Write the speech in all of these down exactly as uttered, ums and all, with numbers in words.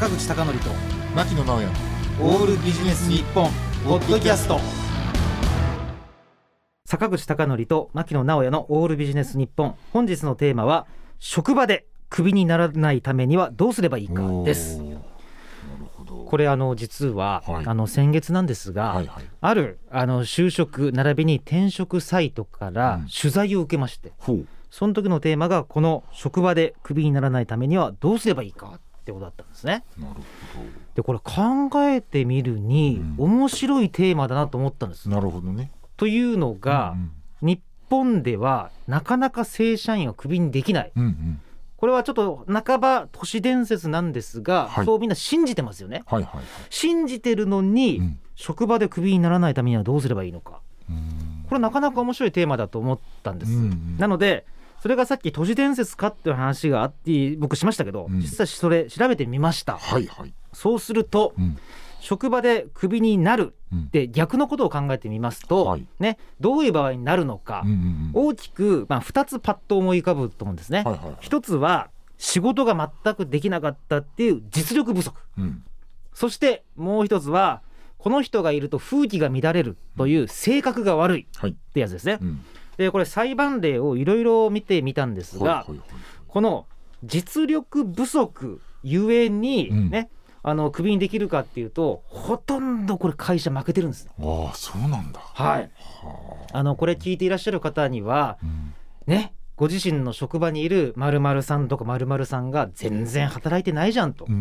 坂口孝則と牧野直哉オールビジネス日本ポッドキャスト。 坂口孝則と牧野直哉のオールビジネス日本。本日のテーマは職場でクビにならないためにはどうすればいいかです。これあの実は、はい、あの先月なんですが、はいはい、あるあの就職並びに転職サイトから取材を受けまして、うん、その時のテーマがこの職場でクビにならないためにはどうすればいいかってことだったんですね。 なるほど。 でこれ考えてみるに、うん、面白いテーマだなと思ったんです。 なるほどね。 というのが、うんうん、日本ではなかなか正社員をクビにできない、うんうん、これはちょっと半ば都市伝説なんですが、はい、そうみんな信じてますよね、はいはいはい、信じてるのに、うん、職場でクビにならないためにはどうすればいいのか。うーん、これなかなか面白いテーマだと思ったんです、うんうん、なのでそれがさっき都市伝説かっていう話があって僕しましたけど、うん、実際それ調べてみました、はいはい、そうすると、うん、職場でクビになるって逆のことを考えてみますと、うん、ね、どういう場合になるのか、うんうんうん、大きく、まあ、ふたつパッと思い浮かぶと思うんですね、はいはいはい、ひとつは仕事が全くできなかったっていう実力不足、うん、そしてもう一つはこの人がいると風紀が乱れるという性格が悪いってやつですね、はい、うん、でこれ裁判例をいろいろ見てみたんですが、はいはいはい、この実力不足ゆえにね、うん、あのクビにできるかっていうとほとんどこれ会社負けてるんです。 ああ、そうなんだ。 はい、はあ、あのこれ聞いていらっしゃる方には、うん、ね、ご自身の職場にいる〇〇さんとか〇〇さんが全然働いてないじゃんと、うんうんうん、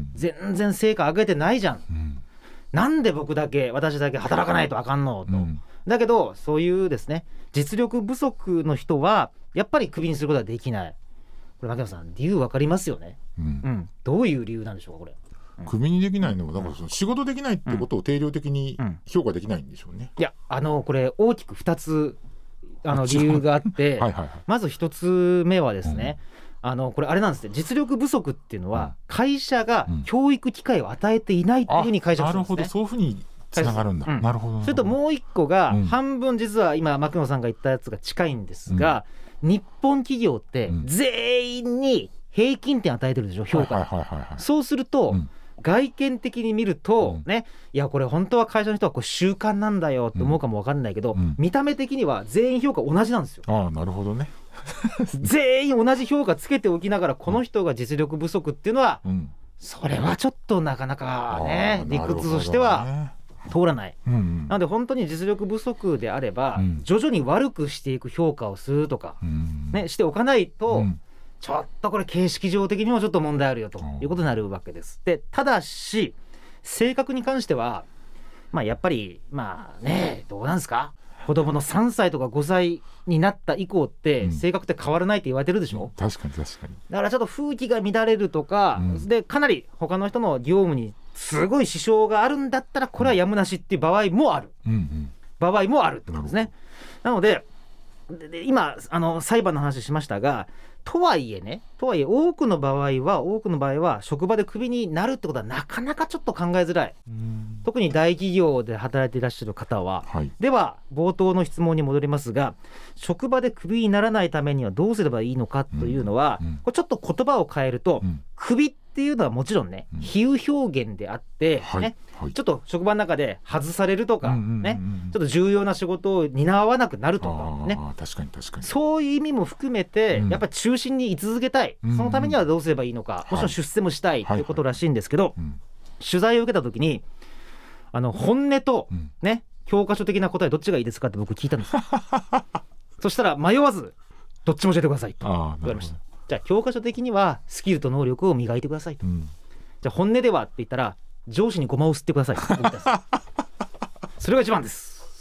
全然成果上げてないじゃん、うん、なんで僕だけ私だけ働かないとあかんのと、うん、だけどそういうですね実力不足の人はやっぱりクビにすることはできない。これ牧野さん理由分かりますよね、うんうん、どういう理由なんでしょうかこれ。 クビにできないのはだからその仕事できないってことを定量的に評価できないんでしょうね、 うん、いやあのこれ大きくふたつあの理由があってはいはい、はい、まずひとつめはですね、うん、あのこれあれなんですね、実力不足っていうのは会社が教育機会を与えていないっていうふうに解釈するんですね、うん、なるほど、そういうふうにつながるんだ、うん、なるほど。それともう一個が、うん、半分実は今牧野さんが言ったやつが近いんですが、うん、日本企業って全員に平均点与えてるでしょ、評価、はいはいはいはい、そうすると、うん、外見的に見ると、うん、ね、いやこれ本当は会社の人はこう習慣なんだよって思うかも分かんないけど、うん、見た目的には全員評価同じなんですよ。 ああ、なるほどね全員同じ評価つけておきながらこの人が実力不足っていうのは、うん、それはちょっとなかなかね理屈としては通らない、うんうん、なので本当に実力不足であれば、うん、徐々に悪くしていく評価をするとか、うんね、しておかないと、うん、ちょっとこれ形式上的にもちょっと問題あるよということになるわけです。でただし性格に関しては、まあ、やっぱりまあねどうなんですか、子供のさんさいとかごさいになった以降って性格って変わらないって言われてるでしょ、 うん、確かに確かに。だからちょっと風紀が乱れるとか、うん、でかなり他の人の業務にすごい支障があるんだったらこれはやむなしっていう場合もある、うんうん、場合もあるってことですね。なので、で今あの裁判の話しましたが、とはいえねとはいえ多くの場合は多くの場合は職場でクビになるってことはなかなかちょっと考えづらい。特に大企業で働いていらっしゃる方は、はい、では冒頭の質問に戻りますが、職場でクビにならないためにはどうすればいいのかというのは、うんうん、これちょっと言葉を変えると、うん、クビっていうのはもちろんね、うん、比喩表現であって、はいねはい、ちょっと職場の中で外されるとか、うんうんうんうんね、ちょっと重要な仕事を担わなくなるとか、ね、 あ確かに確かにそういう意味も含めて、うん、やっぱり中心に居続けたい、うんうん、そのためにはどうすればいいのか、もちろん出世もしたいということらしいんですけど、はいはいはい、取材を受けた時にあの本音と、ね、教科書的な答えどっちがいいですかって僕聞いたんですそしたら迷わずどっちも教えてくださいと言われました。じゃあ教科書的にはスキルと能力を磨いてくださいと、うん、じゃあ本音ではって言ったら上司にゴマを吸ってくださいと言ったんですそれが一番です、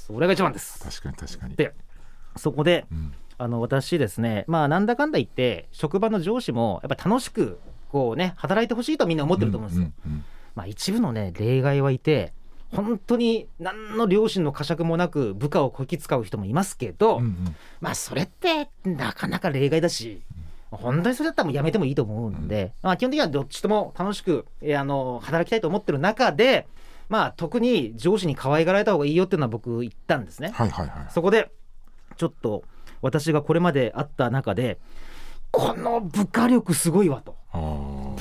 それが一番です。 確かに確かに。 でそこで、うん、あの私ですね、まあなんだかんだ言って職場の上司もやっぱ楽しくこうね働いてほしいとみんな思ってると思うんですよ、うんうんうん、まあ一部のね例外はいて本当に何の良心の呵責もなく部下をこき使う人もいますけど、うんうん、まあそれってなかなか例外だし、うん、本当にそれだったらもうやめてもいいと思うんで、うんまあ、基本的にはどっちとも楽しく、えー、あの働きたいと思ってる中で、まあ特に上司に可愛がられた方がいいよっていうのは僕言ったんですね、はいはいはい、そこでちょっと私がこれまであった中でこの部下力すごいわと、部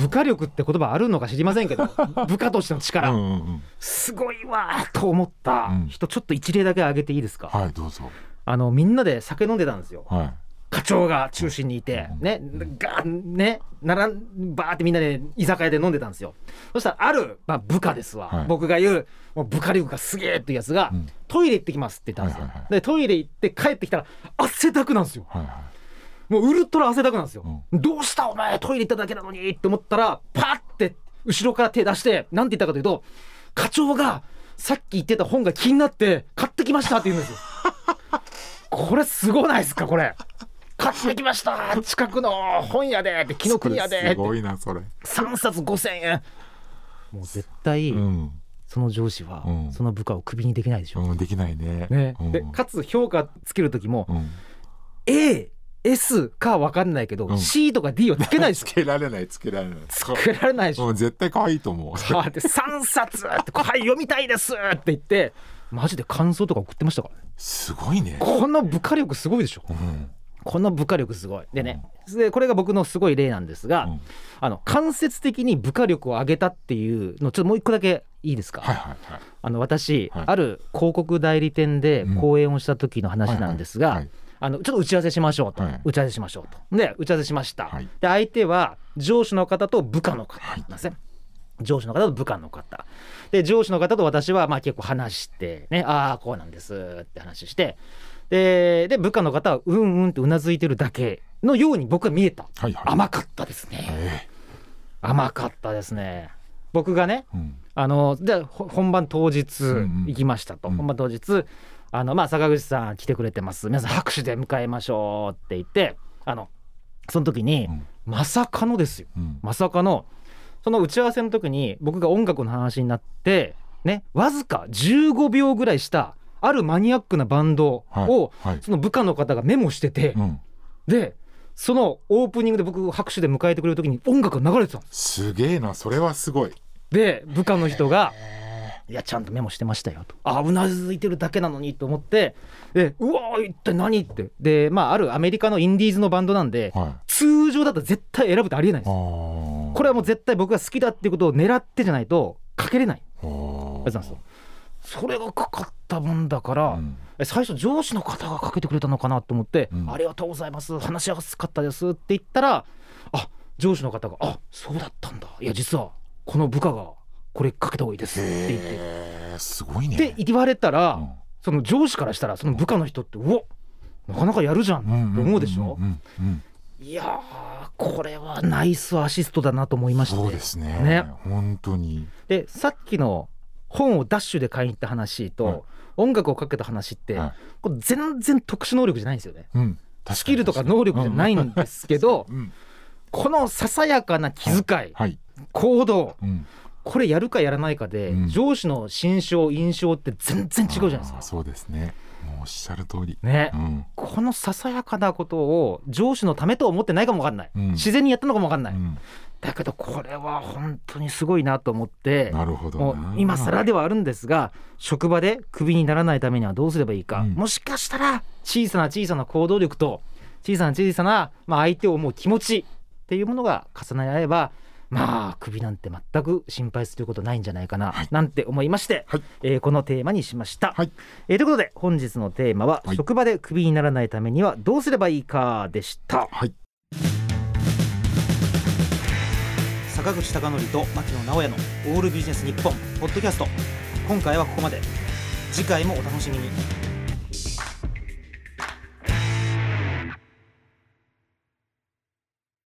部下力って言葉あるのか知りませんけど部下としての力、うんうんうん、すごいわと思った人、ちょっと一例だけ挙げていいですか。 はいどうぞ。 あのみんなで酒飲んでたんですよ、はい、課長が中心にいて、うん、ねガンね並んバーってみんなで居酒屋で飲んでたんですよ。そしたらある、まあ、部下ですわ、はい、僕が言うもう部下力がすげえっていうやつが、うん、トイレ行ってきますって言ったんですよ、はいはいはい、でトイレ行って帰ってきたら汗だくなんですよ、はいはい、もうウルトラ汗だくなんですよ、うん、どうしたお前トイレ行っただけなのにって思ったらパッて後ろから手出してなんて言ったかというと、課長がさっき言ってた本が気になって買ってきましたって言うんですよこれすごないですか。これ買ってきました近くの本屋でって紀ノ国屋でって、 すごいなそれ。 さんさつごせんえん。もう絶対、うん、その上司はその部下をクビにできないでしょ、 うん、できない ね, ね、 うん、 でかつ評価つける時も、うん、エーエス か分かんないけど、うん、シー とか ディー はつけないですつけられないつけられないつけられないでしょ、 うん、絶対可愛いと思うでさんさつってはい読みたいですって言ってマジで感想とか送ってましたからね。 すごいね。 この部下力すごいでしょ、うん、この部下力すごいでね、うん、でこれが僕のすごい例なんですが、うん、あの間接的に部下力を上げたっていうのちょっともう一個だけいいですか。 はいはいはい、 あの私、はい、ある広告代理店で講演をした時の話なんですが、うんはいはいはい、あのちょっと打ち合わせしましょうと、はい、打ち合わせしましょうとで打ち合わせしました、はい、で相手は上司の方と部下の方なんですね、はい、上司の方と部下の方で上司の方と私はまあ結構話してね、ああこうなんですって話してで, で部下の方はうんうんってうなずいてるだけのように僕は見えた、はいはい、甘かったですね、えー、甘かったですね。僕がね、うん、あので本番当日行きましたと、うんうん、本番当日あの、まあ、坂口さん来てくれてます皆さん拍手で迎えましょうって言ってあのその時に、うん、まさかのですよ、うん、まさかのその打ち合わせの時に僕が音楽の話になってねわずかじゅうごびょうぐらいしたあるマニアックなバンドを、はいはい、その部下の方がメモしてて、うん、でそのオープニングで僕拍手で迎えてくれる時に音楽が流れてたんです。 すげえなそれはすごい。 で部下の人がいやちゃんとメモしてましたよと、あうなずいてるだけなのにと思ってでうわ一体何ってで、まあ、あるアメリカのインディーズのバンドなんで、はい、通常だと絶対選ぶってありえないんです。これはもう絶対僕が好きだっていうことを狙ってじゃないとかけれないやつなんですよ。それがかかったもんだから、うん、最初上司の方がかけてくれたのかなと思って、うん、ありがとうございます話しやすかったですって言ったらあ上司の方があそうだったんだいや実はこの部下がこれかけた方がいいですって言ってすごいねって言われたら、うん、その上司からしたらその部下の人ってうわなかなかやるじゃんって思うでしょ。いやこれはナイスアシストだなと思いましたね。 そうですね、ね本当に。でさっきの本をダッシュで買いに行った話と、はい、音楽をかけた話って、はい、これ全然特殊能力じゃないんですよね、うん、スキルとか能力じゃないんですけど、うん、このささやかな気遣い、はいはい、行動、うん、これやるかやらないかで、うん、上司の心象印象って全然違うじゃないですか。 そうですねもうおっしゃる通り、 ねうん、このささやかなことを上司のためとは思ってないかも分かんない、うん、自然にやったのかも分かんない、うんだけどこれは本当にすごいなと思って。 なるほどもう今更ではあるんですが職場でクビにならないためにはどうすればいいか、うん、もしかしたら小さな小さな行動力と小さな小さな、まあ、相手を思う気持ちっていうものが重なり合えばまあクビなんて全く心配することないんじゃないかな、はい、なんて思いまして、はいえー、このテーマにしました、はいえー、ということで本日のテーマは、はい、職場でクビにならないためにはどうすればいいかでした、はい坂口孝則と牧野直哉のオールビジネス日本ポッドキャスト今回はここまで。次回もお楽しみに。